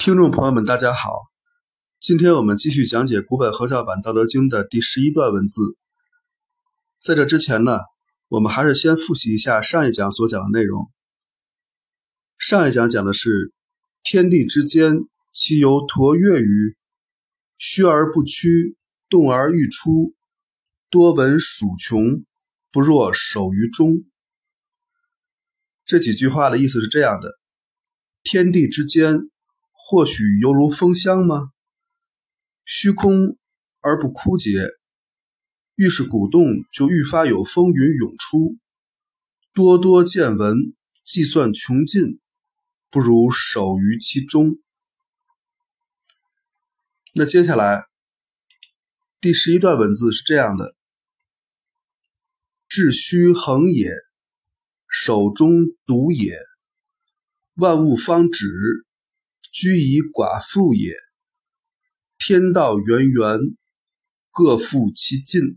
听众朋友们大家好，今天我们继续讲解古本合教版道德经的第11段文字。在这之前呢，我们还是先复习一下上一讲所讲的内容。上一讲讲的是天地之间，其犹橐越于，虚而不屈，动而欲出，多闻属穷，不若守于中。这几句话的意思是这样的：天地之间或许犹如风箱吗？虚空而不枯竭，愈是鼓动，就愈发有风云涌出。多多见闻，计算穷尽，不如守于其中。那接下来第11段文字是这样的：致虚恒也，守中笃也，万物方止，居以寡妇也。天道源源，各复其尽。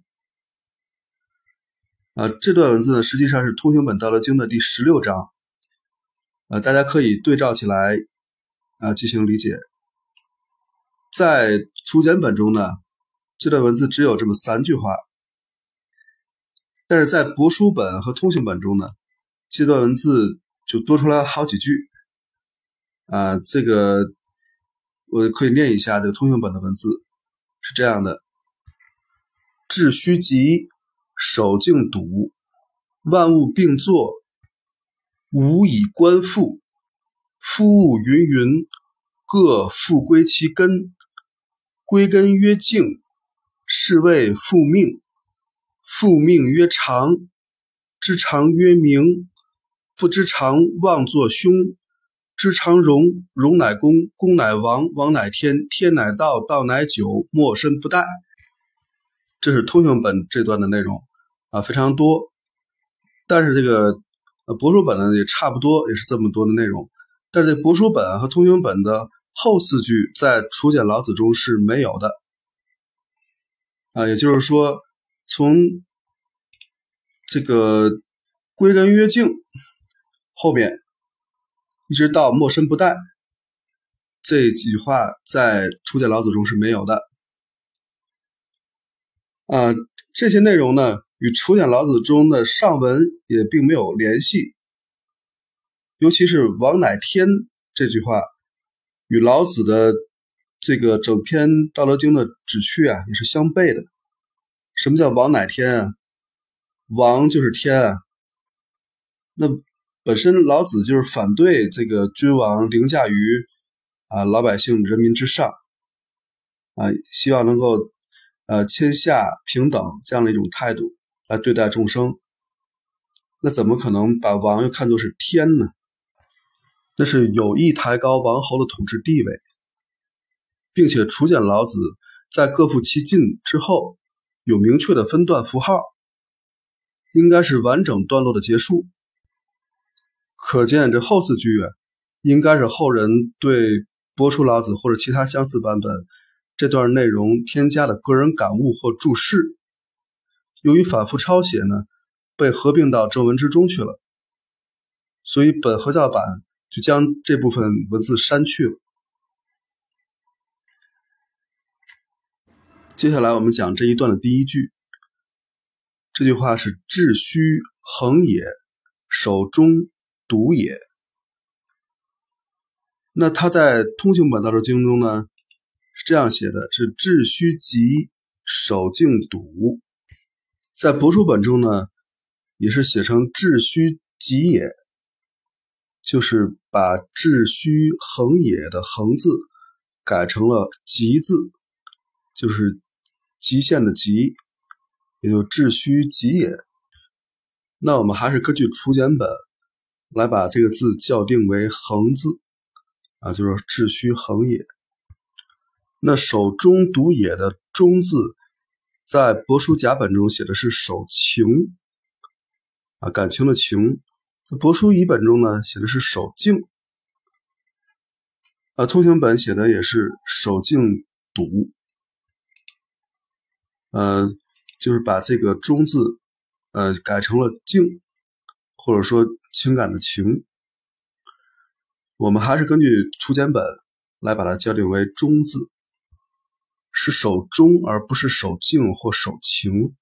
这段文字呢，实际上是通行本道德经的第16章。大家可以对照起来进行理解。在楚简本中呢，这段文字只有这么3句话，但是在帛书本和通行本中呢，这段文字就多出来好几句。这个我可以念一下这个通行本的文字，是这样的：致虚极，守静笃，万物并作，无以观复，夫物芸芸，各复归其根。归根曰静，是谓复命。复命曰长，知常曰明。不知常，妄作凶。知常容，容乃公，公乃王，王乃天，天乃道，道乃久，莫身不殆。这是通行本这段的内容非常多。但是这个帛书本呢也差不多，也是这么多的内容。但是这帛书本和通行本的后4句在楚简老子中是没有的也就是说，从这个归根曰静后面一直到莫身不殆，这几句话在楚简老子中是没有的。这些内容呢与楚简老子中的上文也并没有联系，尤其是王乃天这句话与老子的这个整篇道德经的旨趣也是相悖的。什么叫王乃天王就是天那本身老子就是反对这个君王凌驾于老百姓人民之上希望能够天下平等这样的一种态度来对待众生。那怎么可能把王又看作是天呢？那是有意抬高王侯的统治地位，并且楚简老子在各复其尽之后有明确的分段符号，应该是完整段落的结束。可见这后4句应该是后人对帛书老子或者其他相似版本这段内容添加的个人感悟或注释，由于反复抄写呢，被合并到正文之中去了，所以本合教版就将这部分文字删去了。接下来我们讲这一段的第1句，这句话是致虚恒也，守中笃也。那他在通行本道德经中呢是这样写的，是致虚极，守静笃。在帛书本中呢也是写成致虚极也，就是把致虚恒也的恒字改成了极字，就是极限的极，也就致虚极也。那我们还是根据楚简本来把这个字校定为恒字就是致虚恒也。那守中笃也的中字在帛书甲本中写的是守情感情的情，帛书乙本中呢写的是守静通行本写的也是守静笃就是把这个中字改成了静，或者说情感的情。我们还是根据楚简本来把它校定为中字，是守中而不是守静或守情。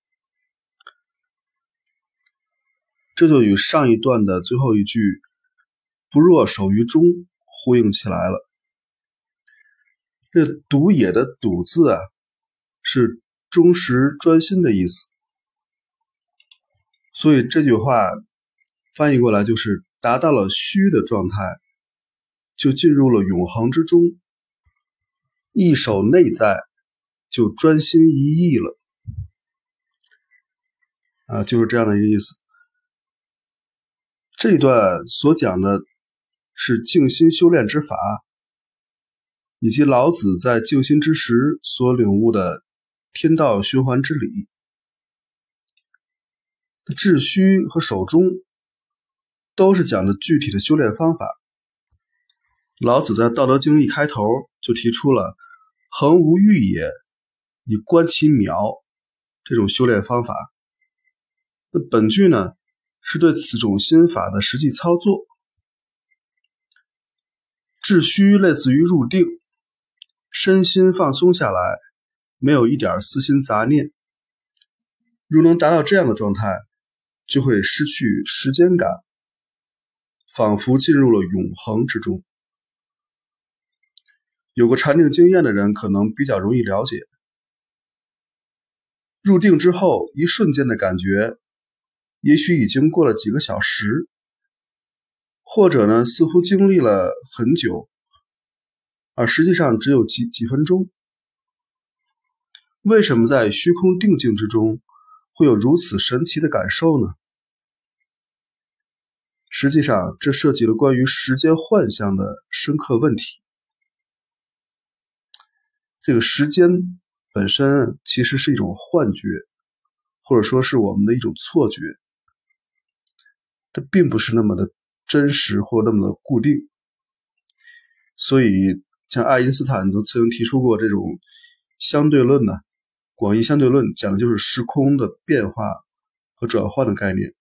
这就与上一段的最后一句不若守于中呼应起来了。这笃也的笃字啊，是忠实专心的意思，所以这句话翻译过来就是达到了虚的状态，就进入了永恒之中，一守内在，就专心一意了就是这样的一个意思。这一段所讲的是静心修炼之法，以及老子在静心之时所领悟的天道循环之理。治虚和守中都是讲的具体的修炼方法。老子在《道德经》一开头就提出了恒无欲也，以观其渺这种修炼方法。那本句呢，是对此种心法的实际操作。治虚类似于入定，身心放松下来，没有一点私心杂念。如能达到这样的状态，就会失去时间感，仿佛进入了永恒之中。有过禅定经验的人可能比较容易了解，入定之后一瞬间的感觉，也许已经过了几个小时，或者呢似乎经历了很久，而实际上只有几分钟。为什么在虚空定境之中会有如此神奇的感受呢？实际上这涉及了关于时间幻象的深刻问题。这个时间本身其实是一种幻觉，或者说是我们的一种错觉，它并不是那么的真实或那么的固定。所以像爱因斯坦都曾经提出过这种相对论呢，广义相对论讲的就是时空的变化和转换的概念。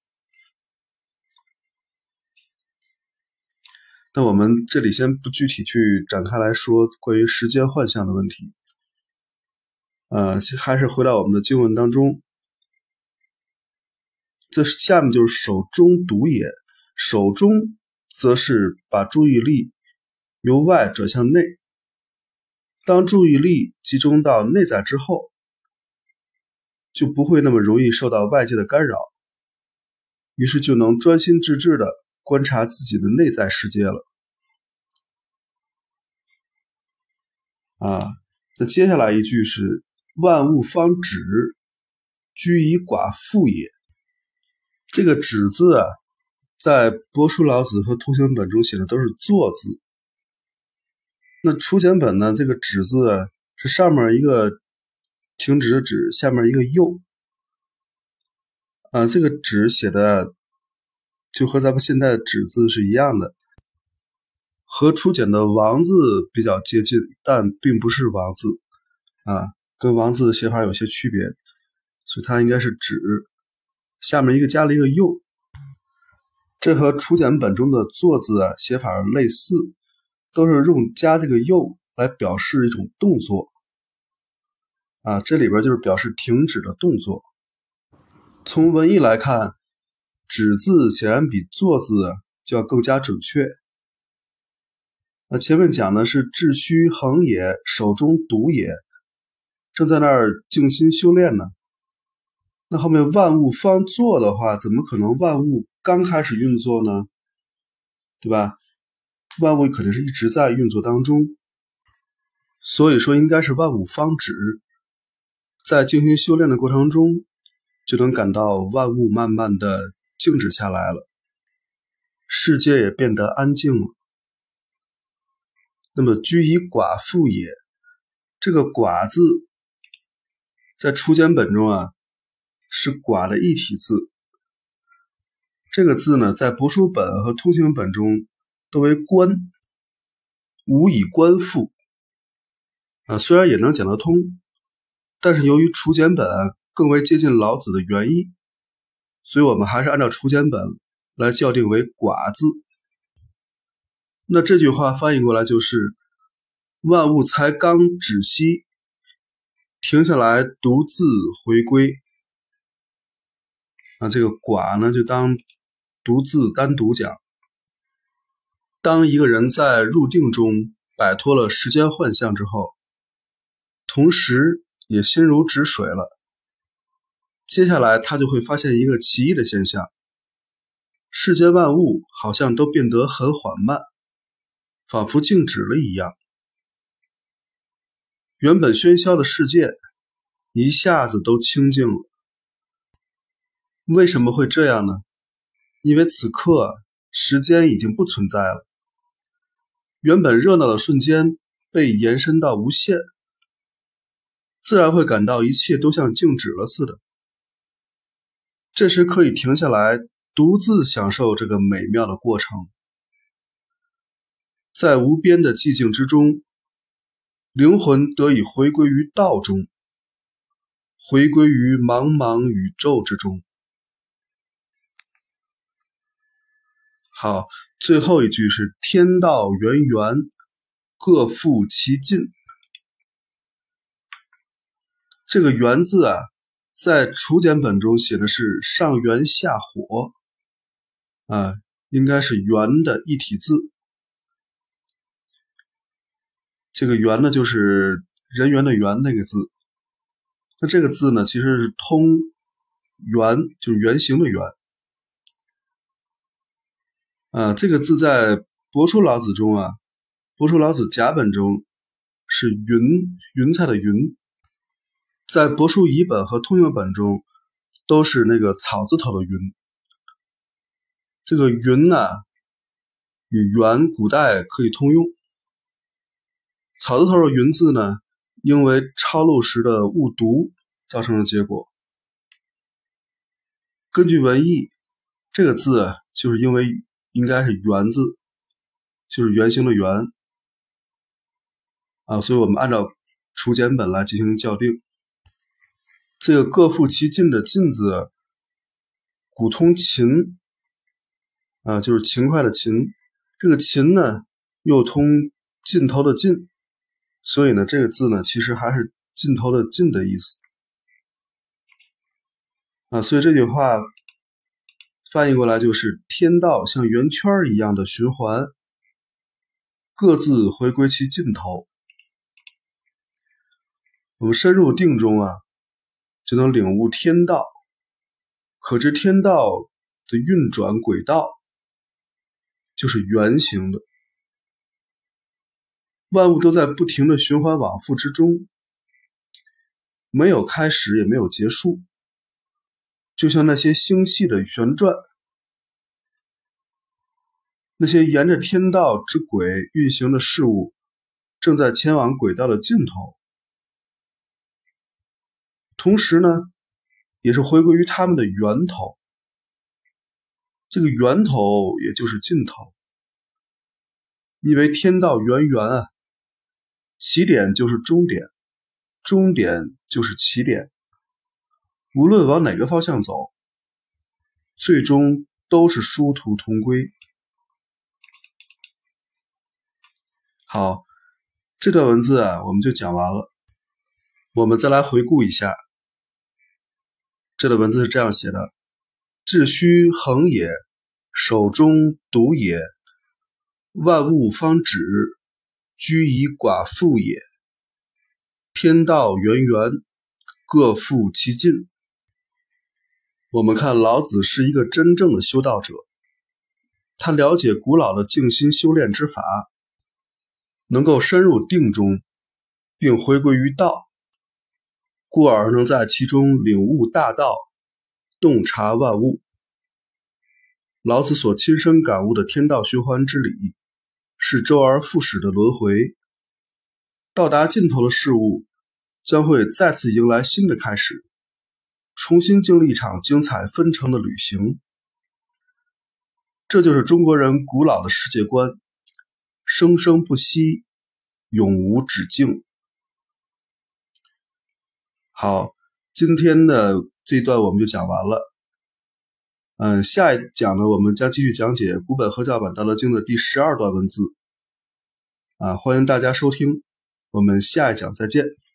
那我们这里先不具体去展开来说关于时间幻象的问题，还是回到我们的经文当中。这下面就是守中笃也，守中则是把注意力由外转向内，当注意力集中到内在之后，就不会那么容易受到外界的干扰，于是就能专心致志地观察自己的内在世界了。那接下来一句是万物方止，居以寡妇也。这个止字在帛书老子和通行本中写的都是坐字。那初简本呢，这个止字是上面一个停止的止，下面一个右。这个止写的就和咱们现在的止字是一样的，和初简的王字比较接近，但并不是王字跟王字的写法有些区别，所以它应该是止，下面加了一个右。这和初简本中的坐字写法类似，都是用加这个右来表示一种动作这里边就是表示停止的动作。从文意来看，止字显然比坐字就要更加准确。前面讲的是治虚恒也，守中笃也，正在那儿静心修炼呢。那后面万物方作的话，怎么可能万物刚开始运作呢？对吧？万物肯定是一直在运作当中，所以说应该是万物方止。在静心修炼的过程中，就能感到万物慢慢的静止下来了，世界也变得安静了。那么居以寡妇也，这个寡字在初简本中是寡的一体字。这个字呢，在帛书本和通行本中都为官，无以官妇虽然也能讲得通，但是由于初简本更为接近老子的原意，所以我们还是按照初简本来校定为寡字。那这句话翻译过来就是万物才刚止息，停下来独自回归。这个寡呢就当独自单独讲。当一个人在入定中摆脱了时间幻象之后，同时也心如止水了，接下来他就会发现一个奇异的现象，世间万物好像都变得很缓慢，仿佛静止了一样。原本喧嚣的世界一下子都清静了。为什么会这样呢？因为此刻时间已经不存在了，原本热闹的瞬间被延伸到无限，自然会感到一切都像静止了似的。这时可以停下来，独自享受这个美妙的过程。在无边的寂静之中，灵魂得以回归于道中，回归于茫茫宇宙之中。好，最后一句是天道源源，各复其尽。这个源字在楚简本中写的是上元下火，应该是元的一体字。这个元呢就是人员的员那个字，那这个字呢其实是通圆，就是圆形的圆。这个字在帛书老子中帛书老子甲本中是云彩的云，在帛书乙本和通行本中都是那个草字头的云。这个云呢与圆古代可以通用。草字头的云字呢，因为抄录时的误读造成的结果。根据文义，这个字就是因为应该是圆字，就是圆形的圆所以我们按照楚简本来进行校订。这个各复其尽的尽字，古通勤就是勤快的勤，这个勤呢又通尽头的尽，所以呢这个字呢其实还是尽头的尽的意思所以这句话翻译过来就是天道像圆圈一样的循环，各自回归其尽头。我们深入定中就能领悟天道，可知天道的运转轨道就是圆形的，万物都在不停的循环往复之中，没有开始也没有结束，就像那些星系的旋转，那些沿着天道之轨运行的事物正在前往轨道的尽头，同时呢也是回归于他们的源头，这个源头也就是尽头。因为天道源源起点就是终点，终点就是起点，无论往哪个方向走，最终都是殊途同归。好，这段文字我们就讲完了。我们再来回顾一下，这段文字是这样写的：志虚恒也，守中笃也，万物方止，居以寡复也。天道源源，各复其尽。我们看老子是一个真正的修道者，他了解古老的静心修炼之法，能够深入定中，并回归于道，故而能在其中领悟大道，洞察万物。老子所亲身感悟的天道循环之理，是周而复始的轮回，到达尽头的事物将会再次迎来新的开始，重新经历一场精彩纷呈的旅行。这就是中国人古老的世界观，生生不息，永无止境。好，今天的这一段我们就讲完了。下一讲呢，我们将继续讲解古本合教版《道德经》的第12段文字。欢迎大家收听。 我们下一讲再见。